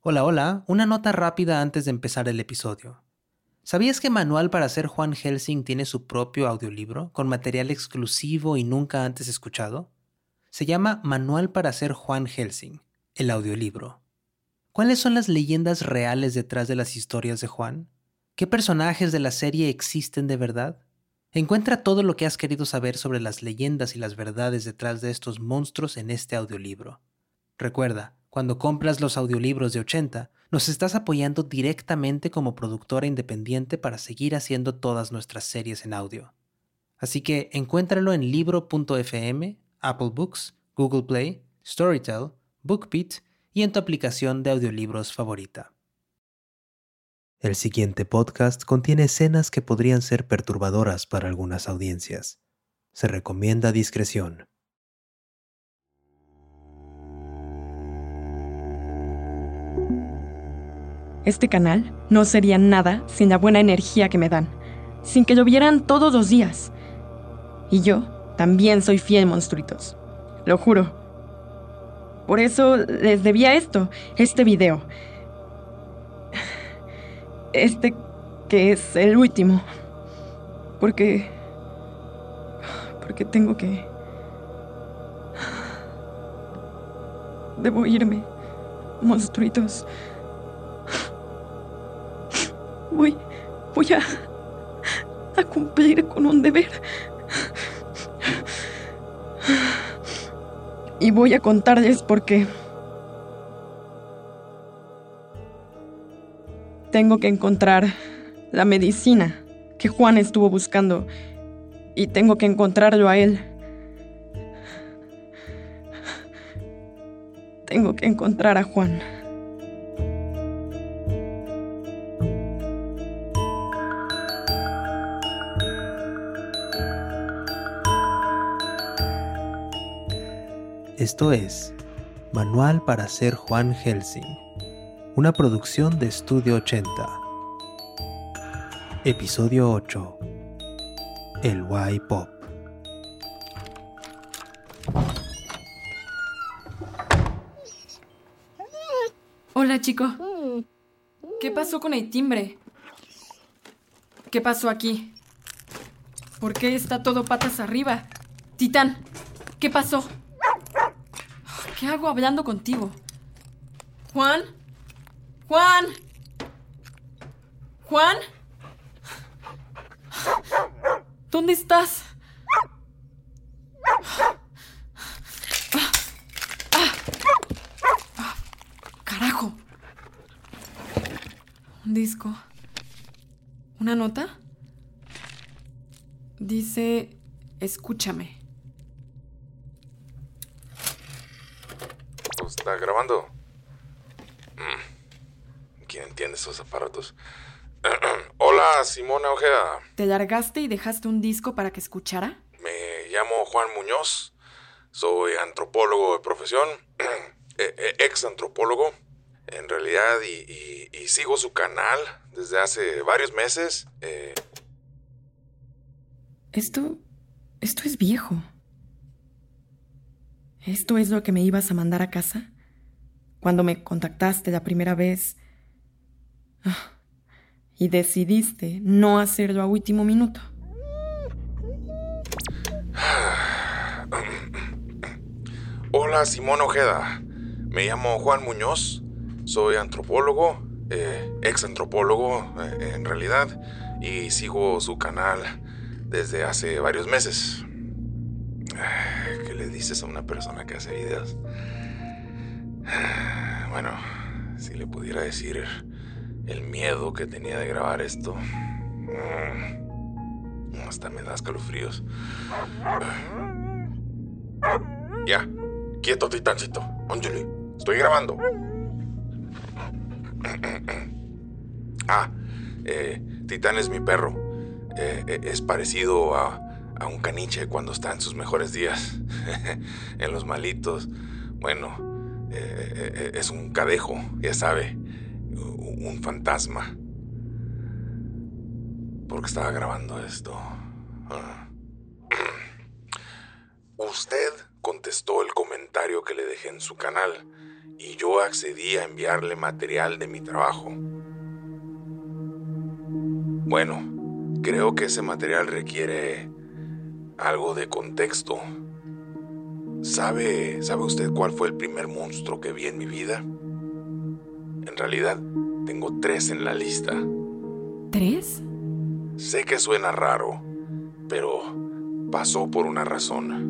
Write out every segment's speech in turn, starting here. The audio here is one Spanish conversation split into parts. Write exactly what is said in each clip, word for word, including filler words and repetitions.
Hola, hola, una nota rápida antes de empezar el episodio. ¿Sabías que Manual para ser Juan Helsing tiene su propio audiolibro con material exclusivo y nunca antes escuchado? Se llama Manual para ser Juan Helsing, el audiolibro. ¿Cuáles son las leyendas reales detrás de las historias de Juan? ¿Qué personajes de la serie existen de verdad? Encuentra todo lo que has querido saber sobre las leyendas y las verdades detrás de estos monstruos en este audiolibro. Recuerda, cuando compras los audiolibros de ochenta, nos estás apoyando directamente como productora independiente para seguir haciendo todas nuestras series en audio. Así que encuéntralo en libro punto efe eme, Apple Books, Google Play, Storytel, BookBeat y en tu aplicación de audiolibros favorita. El siguiente podcast contiene escenas que podrían ser perturbadoras para algunas audiencias. Se recomienda discreción. Este canal no sería nada sin la buena energía que me dan, sin que llovieran todos los días. Y yo también soy fiel, monstruitos. Lo juro. Por eso les debía esto, este video. Este que es el último. Porque... Porque tengo que... Debo irme, monstruitos. Voy, voy a, a cumplir con un deber. Y voy a contarles por qué. Tengo que encontrar la medicina que Juan estuvo buscando. Y tengo que encontrarlo a él. Tengo que encontrar a Juan. Esto es Manual para ser Juan Helsing, una producción de Estudio ochenta. Episodio ocho. El Y-Pop. Hola, chico. ¿Qué pasó con el timbre? ¿Qué pasó aquí? ¿Por qué está todo patas arriba? Titán, ¿qué pasó? ¿Qué hago hablando contigo? ¿Juan? ¿Juan? ¿Juan? ¿Dónde estás? ¡Carajo! Un disco. ¿Una nota? Dice, escúchame. ¿Está grabando? ¿Quién entiende esos aparatos? Hola, Simona Ojeda. ¿Te largaste y dejaste un disco para que escuchara? Me llamo Juan Muñoz. Soy antropólogo de profesión. Ex antropólogo. En realidad, y, y, y sigo su canal desde hace varios meses. Eh... Esto... Esto es viejo. ¿Esto es lo que me ibas a mandar a casa? Cuando me contactaste la primera vez... Ah, y decidiste no hacerlo a último minuto. Hola, Simón Ojeda. Me llamo Juan Muñoz. Soy antropólogo, eh, ex antropólogo eh, en realidad, y sigo su canal desde hace varios meses. ¿Qué le dices a una persona que hace videos? Bueno, si le pudiera decir el miedo que tenía de grabar esto, hasta me da escalofríos. Ya, quieto, titancito. Anjali, estoy grabando. Ah, eh, Titán es mi perro. Eh, eh, es parecido a, a un caniche cuando está en sus mejores días. En los malitos. Bueno, eh, eh, es un cadejo, ya sabe. Un fantasma. ¿Por qué estaba grabando esto? Ah. Usted contestó el comentario que le dejé en su canal y yo accedí a enviarle material de mi trabajo. Bueno, creo que ese material requiere algo de contexto. ¿Sabe, ¿Sabe usted cuál fue el primer monstruo que vi en mi vida? En realidad, tengo tres en la lista. ¿Tres? Sé que suena raro, pero pasó por una razón.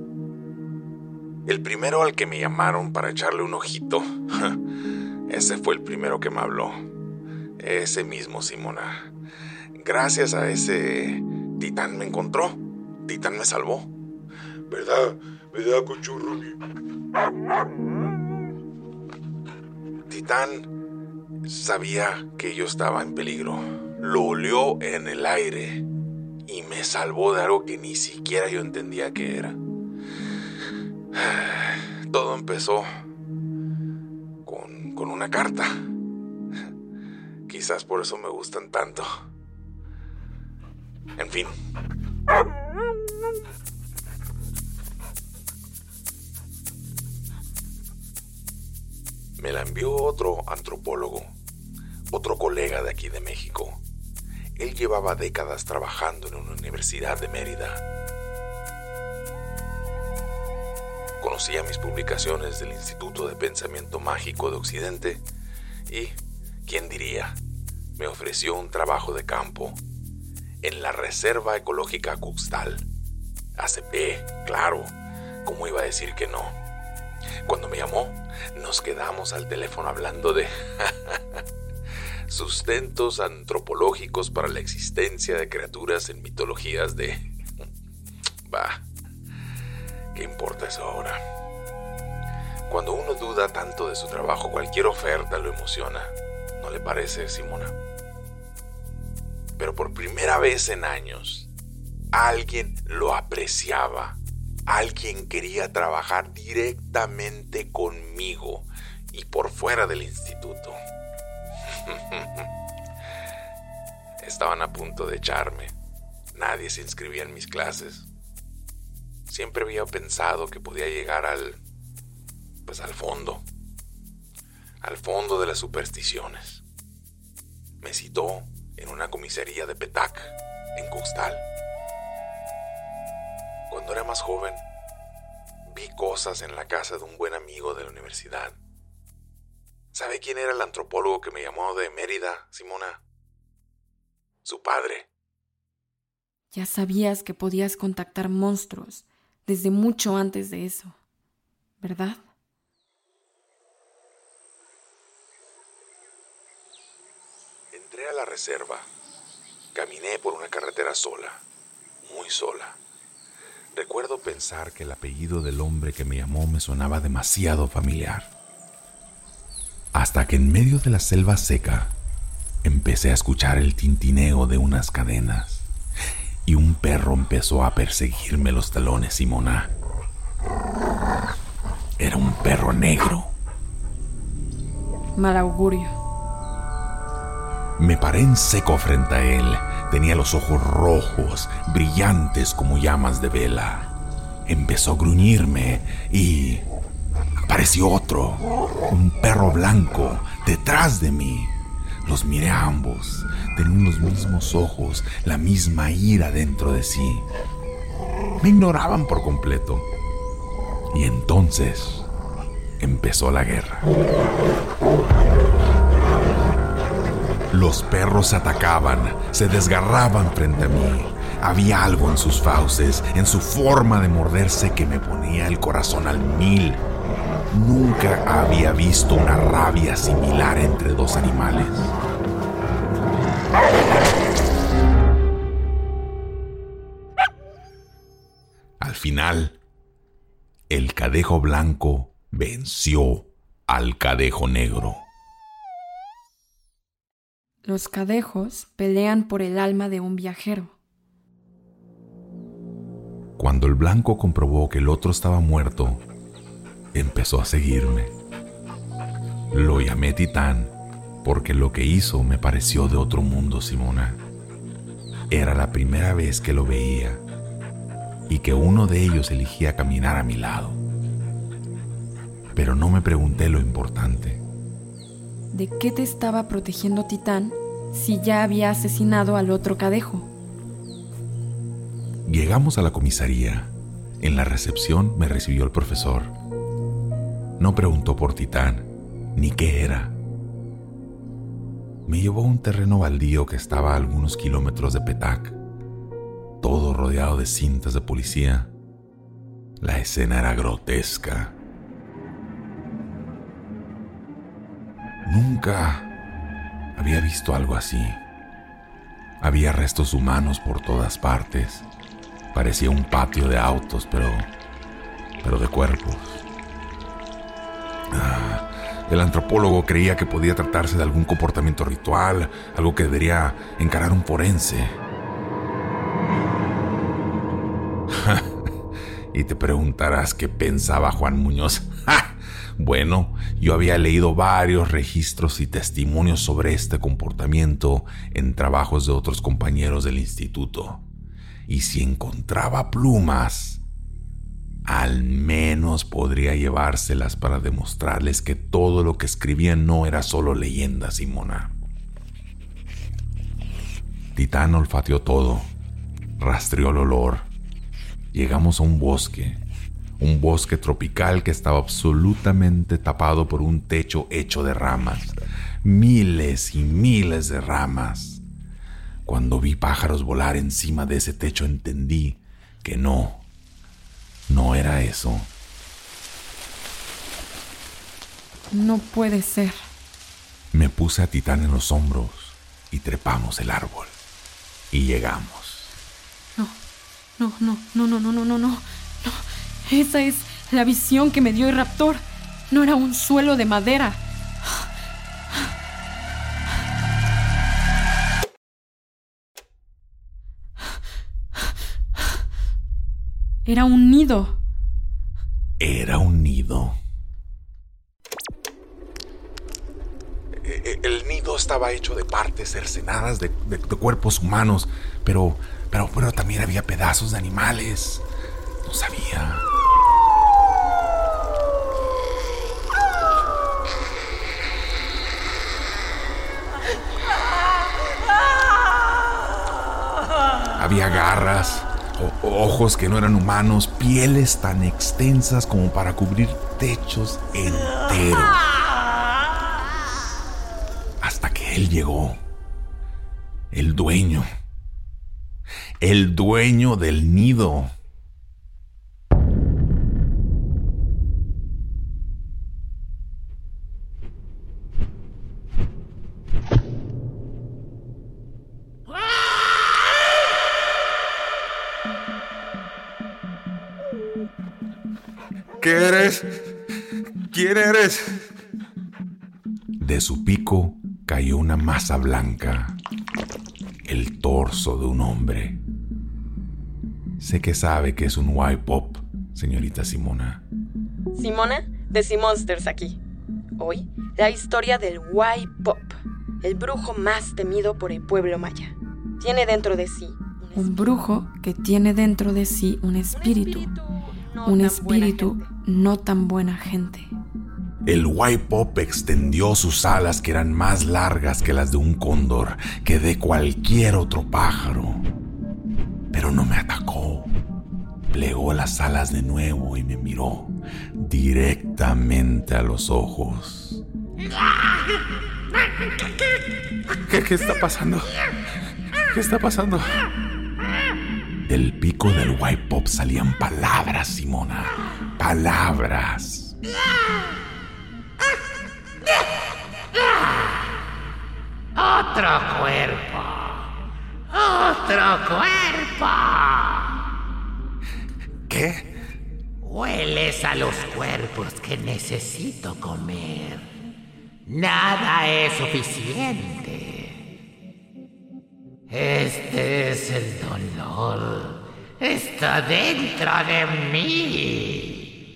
El primero al que me llamaron para echarle un ojito, ese fue el primero que me habló. Ese mismo, Simona. Gracias a ese, Titán me encontró. Titán me salvó. ¿Verdad? ¿Verdad, cachorro? Titán sabía que yo estaba en peligro. Lo olió en el aire y me salvó de algo que ni siquiera yo entendía qué era. Todo empezó con, con una carta. Quizás por eso me gustan tanto. En fin. Me la envió otro antropólogo, otro colega de aquí de México. Él llevaba décadas trabajando en una universidad de Mérida. Conocía mis publicaciones del Instituto de Pensamiento Mágico de Occidente y, ¿quién diría?, me ofreció un trabajo de campo en la Reserva Ecológica Cuxtal. Acepté, claro, ¿cómo iba a decir que no? Cuando me llamó, nos quedamos al teléfono hablando de sustentos antropológicos para la existencia de criaturas en mitologías de... Bah, ¿qué importa eso ahora? Cuando uno duda tanto de su trabajo, cualquier oferta lo emociona. ¿No le parece, Simona? Pero por primera vez en años, alguien lo apreciaba. Alguien quería trabajar directamente conmigo y por fuera del instituto. Estaban a punto de echarme. Nadie se inscribía en mis clases. Siempre había pensado que podía llegar al... pues al fondo. Al fondo de las supersticiones. Me citó en una comisaría de Petac, en Cuxtal. Cuando era más joven, vi cosas en la casa de un buen amigo de la universidad. ¿Sabe quién era el antropólogo que me llamó de Mérida, Simona? Su padre. Ya sabías que podías contactar monstruos desde mucho antes de eso, ¿verdad? Entré a la reserva. Caminé por una carretera sola, muy sola. Recuerdo pensar que el apellido del hombre que me llamó me sonaba demasiado familiar. Hasta que en medio de la selva seca empecé a escuchar el tintineo de unas cadenas y un perro empezó a perseguirme los talones, Simona. Era un perro negro. Mal augurio. Me paré en seco frente a él. Tenía los ojos rojos, brillantes como llamas de vela. Empezó a gruñirme y... apareció otro, un perro blanco, detrás de mí. Los miré a ambos. Tenían los mismos ojos, la misma ira dentro de sí. Me ignoraban por completo. Y entonces empezó la guerra. Los perros se atacaban, se desgarraban frente a mí. Había algo en sus fauces, en su forma de morderse que me ponía el corazón al mil. Nunca había visto una rabia similar entre dos animales. Al final, el cadejo blanco venció al cadejo negro. Los cadejos pelean por el alma de un viajero. Cuando el blanco comprobó que el otro estaba muerto, empezó a seguirme. Lo llamé Titán porque lo que hizo me pareció de otro mundo, Simona. Era la primera vez que lo veía y que uno de ellos elegía caminar a mi lado. pero no me pregunté lo importante. ¿De qué te estaba protegiendo Titán si ya había asesinado al otro cadejo? Llegamos a la comisaría. En la recepción me recibió el profesor. No preguntó por Titán, ni qué era. Me llevó a un terreno baldío que estaba a algunos kilómetros de Petac, todo rodeado de cintas de policía. La escena era grotesca. Nunca había visto algo así. Había restos humanos por todas partes. Parecía un patio de autos, pero, pero de cuerpos. Ah, el antropólogo creía que podía tratarse de algún comportamiento ritual, algo que debería encarar un forense. Y te preguntarás qué pensaba Juan Muñoz. Bueno, yo había leído varios registros y testimonios sobre este comportamiento en trabajos de otros compañeros del instituto. Y si encontraba plumas, al menos podría llevárselas para demostrarles que todo lo que escribían no era solo leyenda, Simona. Titán olfateó todo, rastreó el olor. Llegamos a un bosque, un bosque tropical que estaba absolutamente tapado por un techo hecho de ramas, miles y miles de ramas. Cuando vi pájaros volar encima de ese techo entendí que no, no era eso. No puede ser. Me puse a Titán en los hombros y trepamos el árbol. Y llegamos. No, no, no, no, no, no, no, no, no. Esa es la visión que me dio el raptor. No era un suelo de madera. Era un nido. Era un nido. El nido estaba hecho de partes cercenadas de, de, de cuerpos humanos, pero, pero, pero también había pedazos de animales. No sabía. Había garras, o, ojos que no eran humanos, pieles tan extensas como para cubrir techos enteros. Hasta que él llegó. El dueño. El dueño del nido. ¿Qué eres? ¿Quién eres? De su pico cayó una masa blanca, el torso de un hombre. Sé que sabe que es un Y-Pop, señorita Simona. Simona, de Simonsters aquí. Hoy, la historia del Y-Pop, el brujo más temido por el pueblo maya. Tiene dentro de sí un, un brujo que tiene dentro de sí un espíritu. Un espíritu no tan buena gente. El Y-Pop extendió sus alas, que eran más largas que las de un cóndor, que de cualquier otro pájaro. Pero no me atacó. Plegó las alas de nuevo y me miró directamente a los ojos. ¿Qué, qué está pasando? ¿Qué está pasando? Del pico del Y-Pop salían palabras, Simona. Palabras. Otro cuerpo. Otro cuerpo. ¿Qué? Hueles a los cuerpos que necesito comer. Nada es suficiente. Este es el dolor. Está dentro de mí.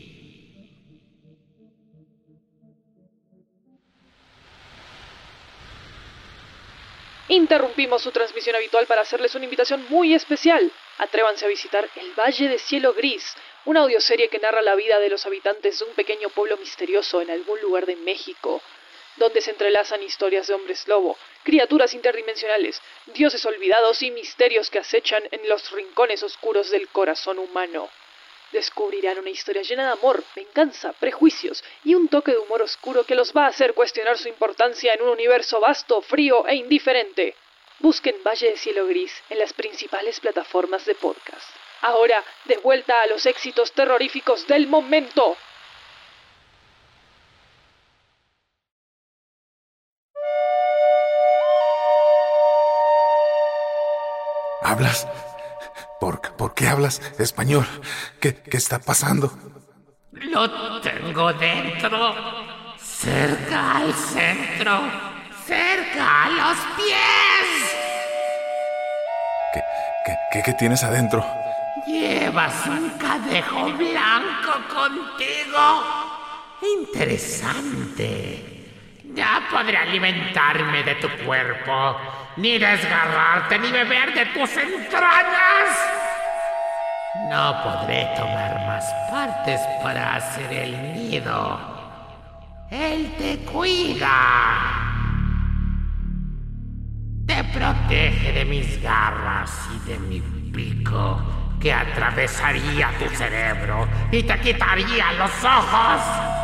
Interrumpimos su transmisión habitual para hacerles una invitación muy especial. Atrévanse a visitar el Valle de Cielo Gris, una audioserie que narra la vida de los habitantes de un pequeño pueblo misterioso en algún lugar de México, donde se entrelazan historias de hombres lobo, criaturas interdimensionales, dioses olvidados y misterios que acechan en los rincones oscuros del corazón humano. Descubrirán una historia llena de amor, venganza, prejuicios y un toque de humor oscuro que los va a hacer cuestionar su importancia en un universo vasto, frío e indiferente. Busquen Valle de Cielo Gris en las principales plataformas de podcast. Ahora, de vuelta a los éxitos terroríficos del momento. ¿Hablas? ¿Por, ¿Por qué hablas español? ¿Qué, qué está pasando? Lo tengo dentro, cerca al centro, cerca a los pies. ¿Qué, qué, qué, qué tienes adentro? Llevas un cadejo blanco contigo. Interesante. Ya podré alimentarme de tu cuerpo, ni desgarrarte, ni beber de tus entrañas. No podré tomar más partes para hacer el nido. Él te cuida. Te protege de mis garras y de mi pico, que atravesaría tu cerebro y te quitaría los ojos.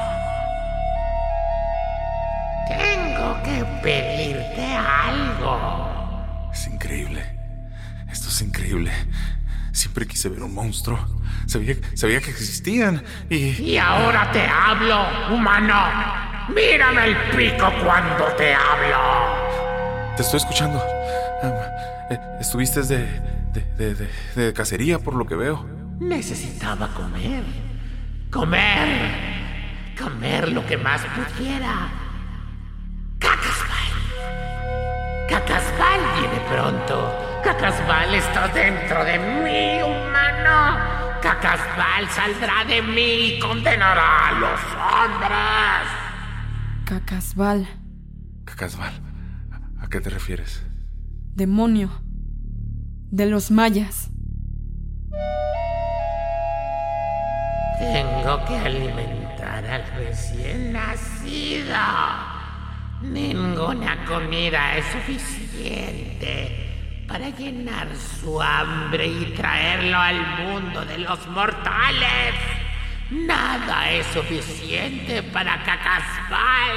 Tengo que pedirte algo. Es increíble. Esto es increíble. Siempre quise ver un monstruo. Sabía, sabía que existían y... Y ahora te hablo, humano. Mírame el pico cuando te hablo. Te estoy escuchando. Um, estuviste de, de, de, de, de cacería, por lo que veo. Necesitaba comer. Comer. Comer lo que más pudiera. Cacasval. Cacasval viene pronto. Cacasval está dentro de mí, humano. Cacasval saldrá de mí y condenará a los hombres. Cacasval. Cacasval. ¿A qué te refieres? Demonio. De los mayas. Tengo que alimentar al recién nacido. Ninguna comida es suficiente para llenar su hambre y traerlo al mundo de los mortales. Nada es suficiente para Cacasval.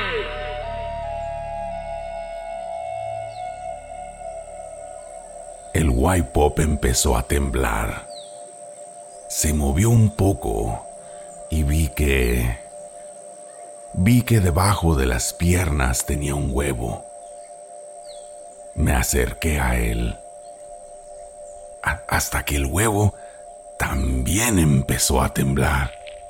El White Pop empezó a temblar. Se movió un poco y vi que... Vi que debajo de las piernas tenía un huevo. Me acerqué a él. A- hasta que el huevo también empezó a temblar.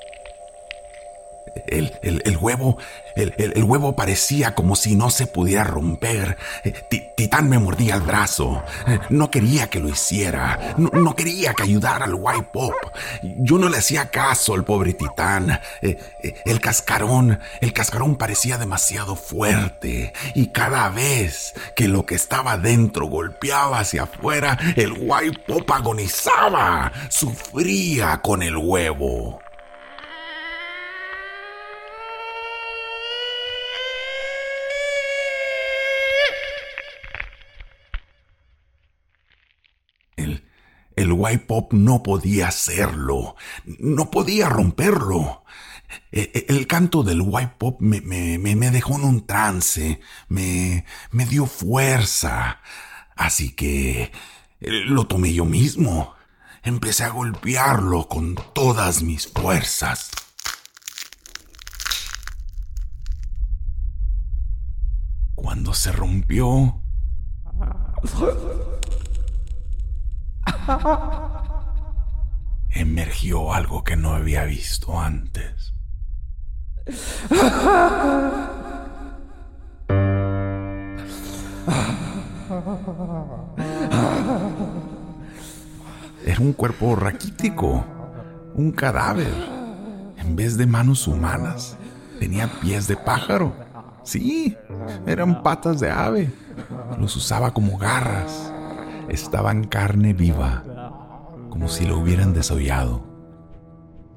El, el, el huevo, el, el, el huevo parecía como si no se pudiera romper. T- Titán me mordía el brazo. No quería que lo hiciera. No, no quería que ayudara al White Pop. Yo no le hacía caso al pobre Titán. El cascarón, el cascarón parecía demasiado fuerte. Y cada vez que lo que estaba dentro golpeaba hacia afuera, el White Pop agonizaba. Sufría con el huevo. El White Pop no podía hacerlo, no podía romperlo. El canto del White Pop me, me, me dejó en un trance, me, me dio fuerza. Así que lo tomé yo mismo. Empecé a golpearlo con todas mis fuerzas. Cuando se rompió... emergió algo que no había visto antes. Era un cuerpo raquítico, un cadáver. En vez de manos humanas, tenía pies de pájaro. Sí, eran patas de ave. Los usaba como garras. Estaban carne viva, como si lo hubieran desollado.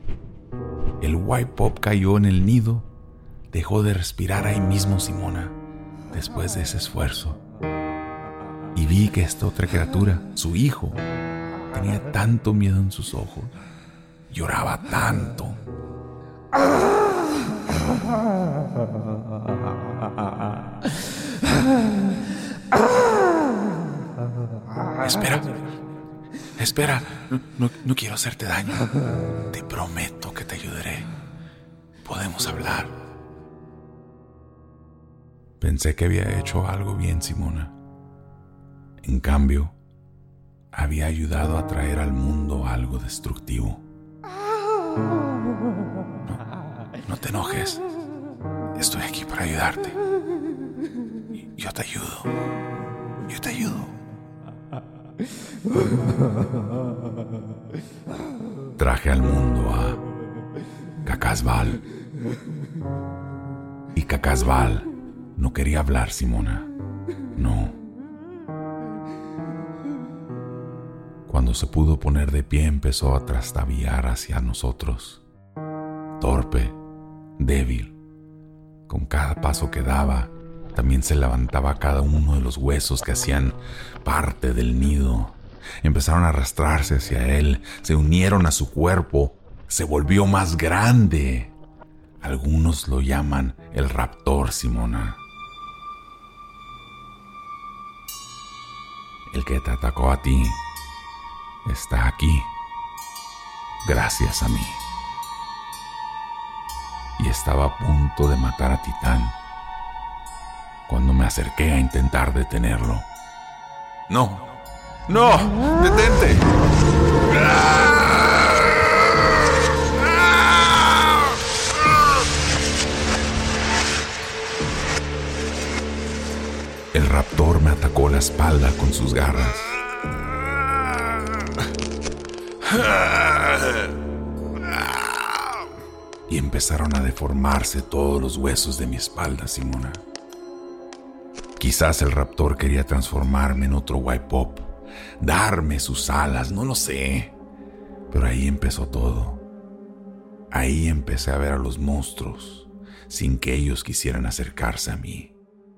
el White Pop cayó en el nido. Dejó de respirar ahí mismo Simona, después de ese esfuerzo. Y vi que esta otra criatura, su hijo, tenía tanto miedo en sus ojos. Lloraba tanto. Espera, espera, no, no, no quiero hacerte daño. Te prometo que te ayudaré. Podemos hablar. Pensé que había hecho algo bien, Simona. En cambio, había ayudado a traer al mundo algo destructivo. No, no te enojes. Estoy aquí para ayudarte. Yo te ayudo. Yo te ayudo. Traje al mundo a Cacasval. Y Cacasval no quería hablar, Simona. No. Cuando se pudo poner de pie, empezó a trastabillar hacia nosotros. Torpe, débil. Con cada paso que daba, también se levantaba cada uno de los huesos que hacían parte del nido. Empezaron a arrastrarse hacia él, se unieron a su cuerpo, se volvió más grande. Algunos lo llaman el raptor, Simona. El que te atacó a ti está aquí, gracias a mí. Y estaba a punto de matar a Titán cuando me acerqué a intentar detenerlo. ¡No! ¡No! ¡Detente! El raptor me atacó la espalda con sus garras. Y empezaron a deformarse todos los huesos de mi espalda, Simona. Quizás el raptor quería transformarme en otro White Pop, darme sus alas, no lo sé. Pero ahí empezó todo. Ahí empecé a ver a los monstruos sin que ellos quisieran acercarse a mí.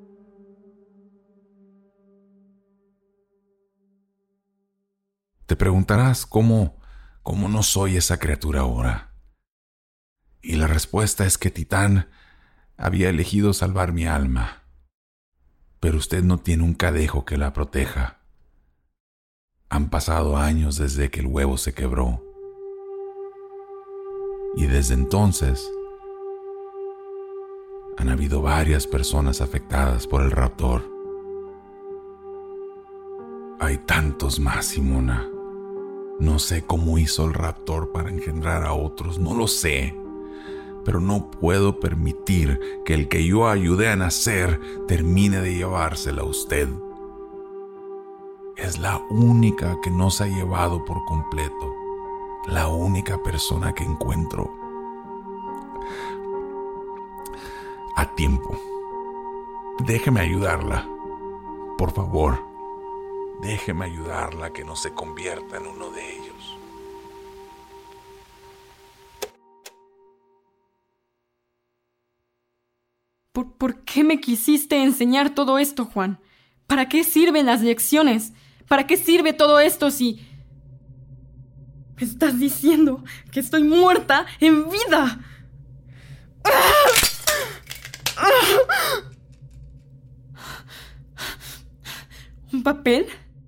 Te preguntarás cómo, cómo no soy esa criatura ahora. Y la respuesta es que Titán había elegido salvar mi alma. Pero usted no tiene un cadejo que la proteja. Han pasado años desde que el huevo se quebró. Y desde entonces han habido varias personas afectadas por el raptor. Hay tantos más, Simona. No sé cómo hizo el raptor para engendrar a otros, no lo sé. Pero no puedo permitir que el que yo ayudé a nacer termine de llevársela a usted. Es la única que nos ha llevado por completo. La única persona que encuentro a tiempo. Déjeme ayudarla. Por favor, déjeme ayudarla a que no se convierta en uno de ellos. ¿Por, ¿Por qué me quisiste enseñar todo esto, Juan? ¿Para qué sirven las lecciones? ¿Para qué sirve todo esto si... me estás diciendo que estoy muerta en vida? ¿Un papel?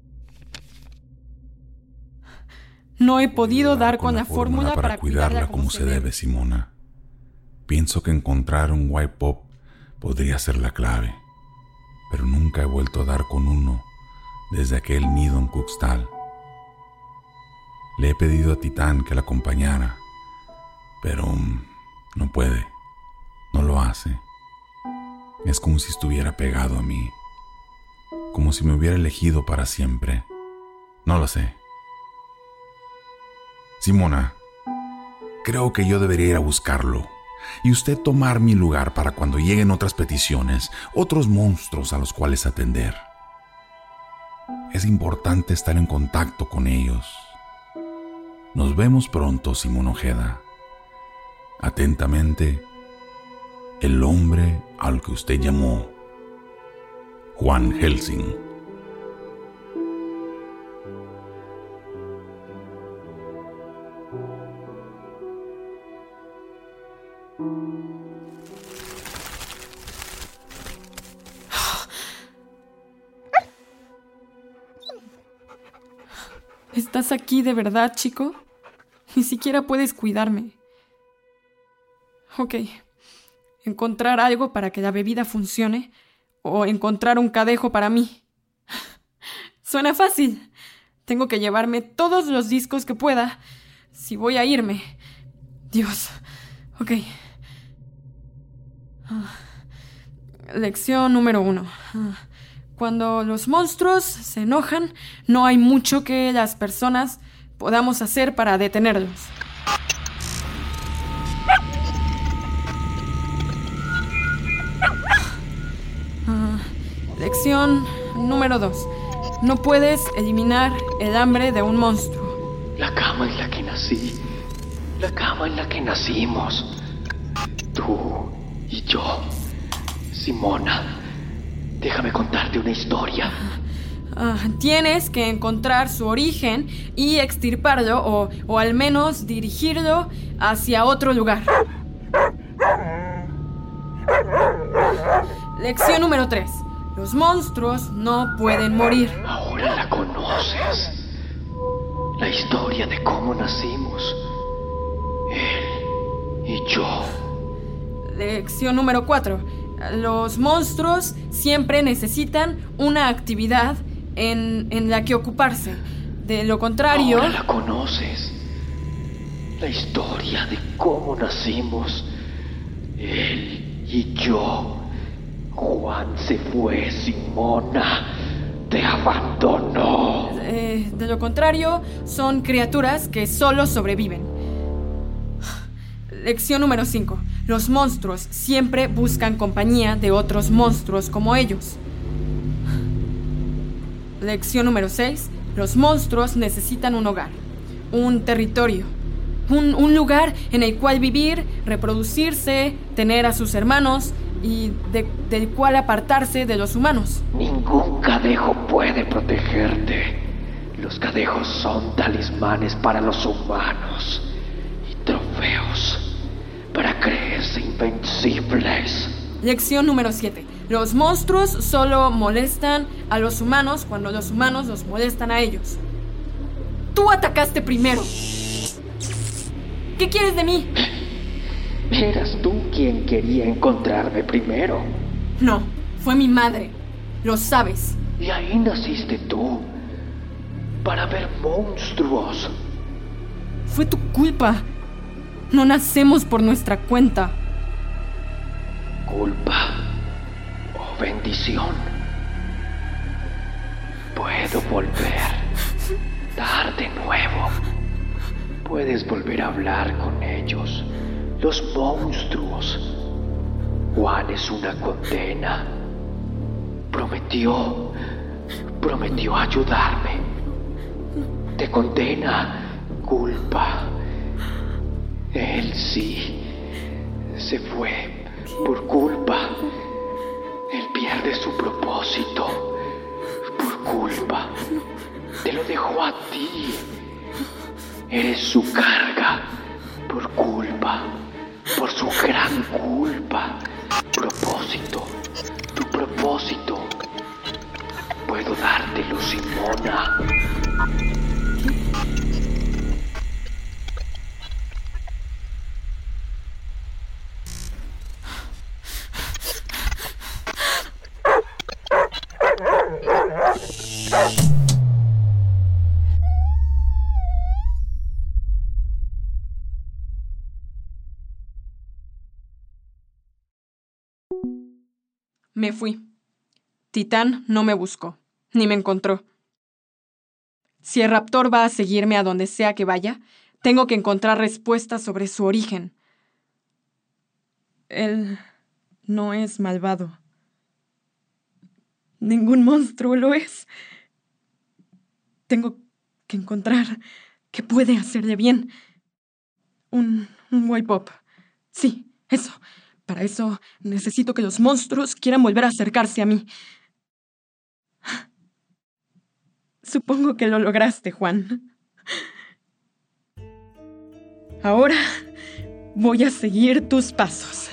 No he podido dar con, con la, la fórmula para, para cuidarla como, como se debe, debe, Simona. Pienso que encontrar un White Pop podría ser la clave, pero nunca he vuelto a dar con uno desde aquel nido en Cuxtal. Le he pedido a Titán que la acompañara, pero no puede, no lo hace. Es como si estuviera pegado a mí, como si me hubiera elegido para siempre. No lo sé. Simona, creo que yo debería ir a buscarlo y usted tomar mi lugar para cuando lleguen otras peticiones, otros monstruos a los cuales atender. Es importante estar en contacto con ellos. Nos vemos pronto, Simón Ojeda. Atentamente, el hombre al que usted llamó Juan Helsing. ¿Estás aquí de verdad, chico? Ni siquiera puedes cuidarme. Ok. Encontrar algo para que la bebida funcione o encontrar un cadejo para mí. Suena fácil. Tengo que llevarme todos los discos que pueda si voy a irme. Dios. Ok. Ah. Lección número uno. Ah. Cuando los monstruos se enojan, no hay mucho que las personas podamos hacer para detenerlos. Ah, lección número dos. No puedes eliminar el hambre de un monstruo. La cama en la que nací, la cama en la que nacimos. Tú y yo, Simona. Déjame contarte una historia. Ah, tienes que encontrar su origen y extirparlo o, o al menos dirigirlo hacia otro lugar. Lección número tres. Los monstruos no pueden morir. Ahora la conoces. La historia de cómo nacimos. Él y yo. Lección número cuatro. Los monstruos siempre necesitan una actividad en, en la que ocuparse. De lo contrario... Ahora la conoces. La historia de cómo nacimos. Él y yo. Juan se fue, Simona. Te abandonó. Eh, de lo contrario, son criaturas que solo sobreviven. Lección número cinco. Los monstruos siempre buscan compañía de otros monstruos como ellos. Lección número seis. Los monstruos necesitan un hogar, un territorio, un, un lugar en el cual vivir, reproducirse, tener a sus hermanos y de, del cual apartarse de los humanos. Ningún cadejo puede protegerte. Los cadejos son talismanes para los humanos y trofeos para creerse invencibles. Lección número siete. Los monstruos solo molestan a los humanos cuando los humanos los molestan a ellos. Tú atacaste primero. ¿Qué quieres de mí? Eras tú quien quería encontrarme primero. No, fue mi madre. Lo sabes. Y ahí naciste tú. Para ver monstruos. Fue tu culpa. No nacemos por nuestra cuenta. Culpa o bendición. Puedo volver. Dar de nuevo. Puedes volver a hablar con ellos. Los monstruos. Juan es una condena. Prometió. Prometió ayudarme. Te condena. Culpa. Él sí. Se fue por culpa. Él pierde su propósito. Por culpa. Te lo dejó a ti. Eres su carga. Por culpa. Por su gran culpa. Propósito. Tu propósito. Puedo dártelo, Simona. Me fui. Titán no me buscó, ni me encontró. Si el raptor va a seguirme a donde sea que vaya, tengo que encontrar respuestas sobre su origen. Él no es malvado. Ningún monstruo lo es. Tengo que encontrar qué puede hacerle bien. Un, un wipe-up. Sí, eso. Para eso necesito que los monstruos quieran volver a acercarse a mí. Supongo que lo lograste, Juan. Ahora voy a seguir tus pasos.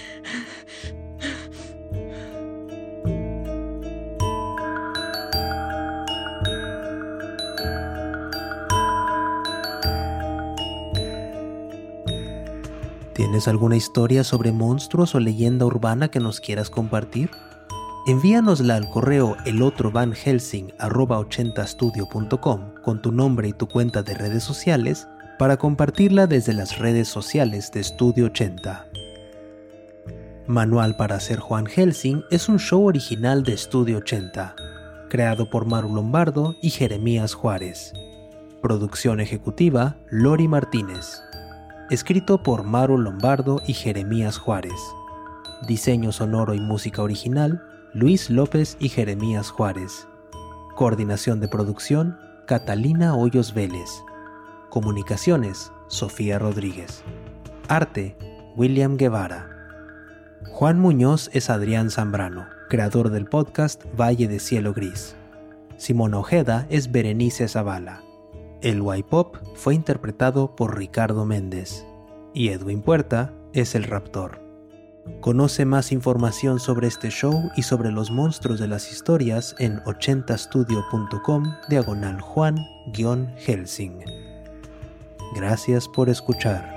¿Tienes alguna historia sobre monstruos o leyenda urbana que nos quieras compartir? Envíanosla al correo elotrovanhelsing arroba ochenta studio punto com con tu nombre y tu cuenta de redes sociales para compartirla desde las redes sociales de Estudio ochenta. Manual para ser Juan Helsing es un show original de Estudio ochenta, creado por Maru Lombardo y Jeremías Juárez. Producción ejecutiva, Lori Martínez. Escrito por Maru Lombardo y Jeremías Juárez. Diseño sonoro y música original, Luis López y Jeremías Juárez. Coordinación de producción, Catalina Hoyos Vélez. Comunicaciones, Sofía Rodríguez. Arte, William Guevara. Juan Muñoz es Adrián Zambrano, creador del podcast Valle de Cielo Gris. Simona Ojeda es Berenice Zavala. El Y-Pop fue interpretado por Ricardo Méndez. Y Edwin Puerta es el Raptor. Conoce más información sobre este show y sobre los monstruos de las historias en ochenta studio punto com diagonal Juan-Helsing. Gracias por escuchar.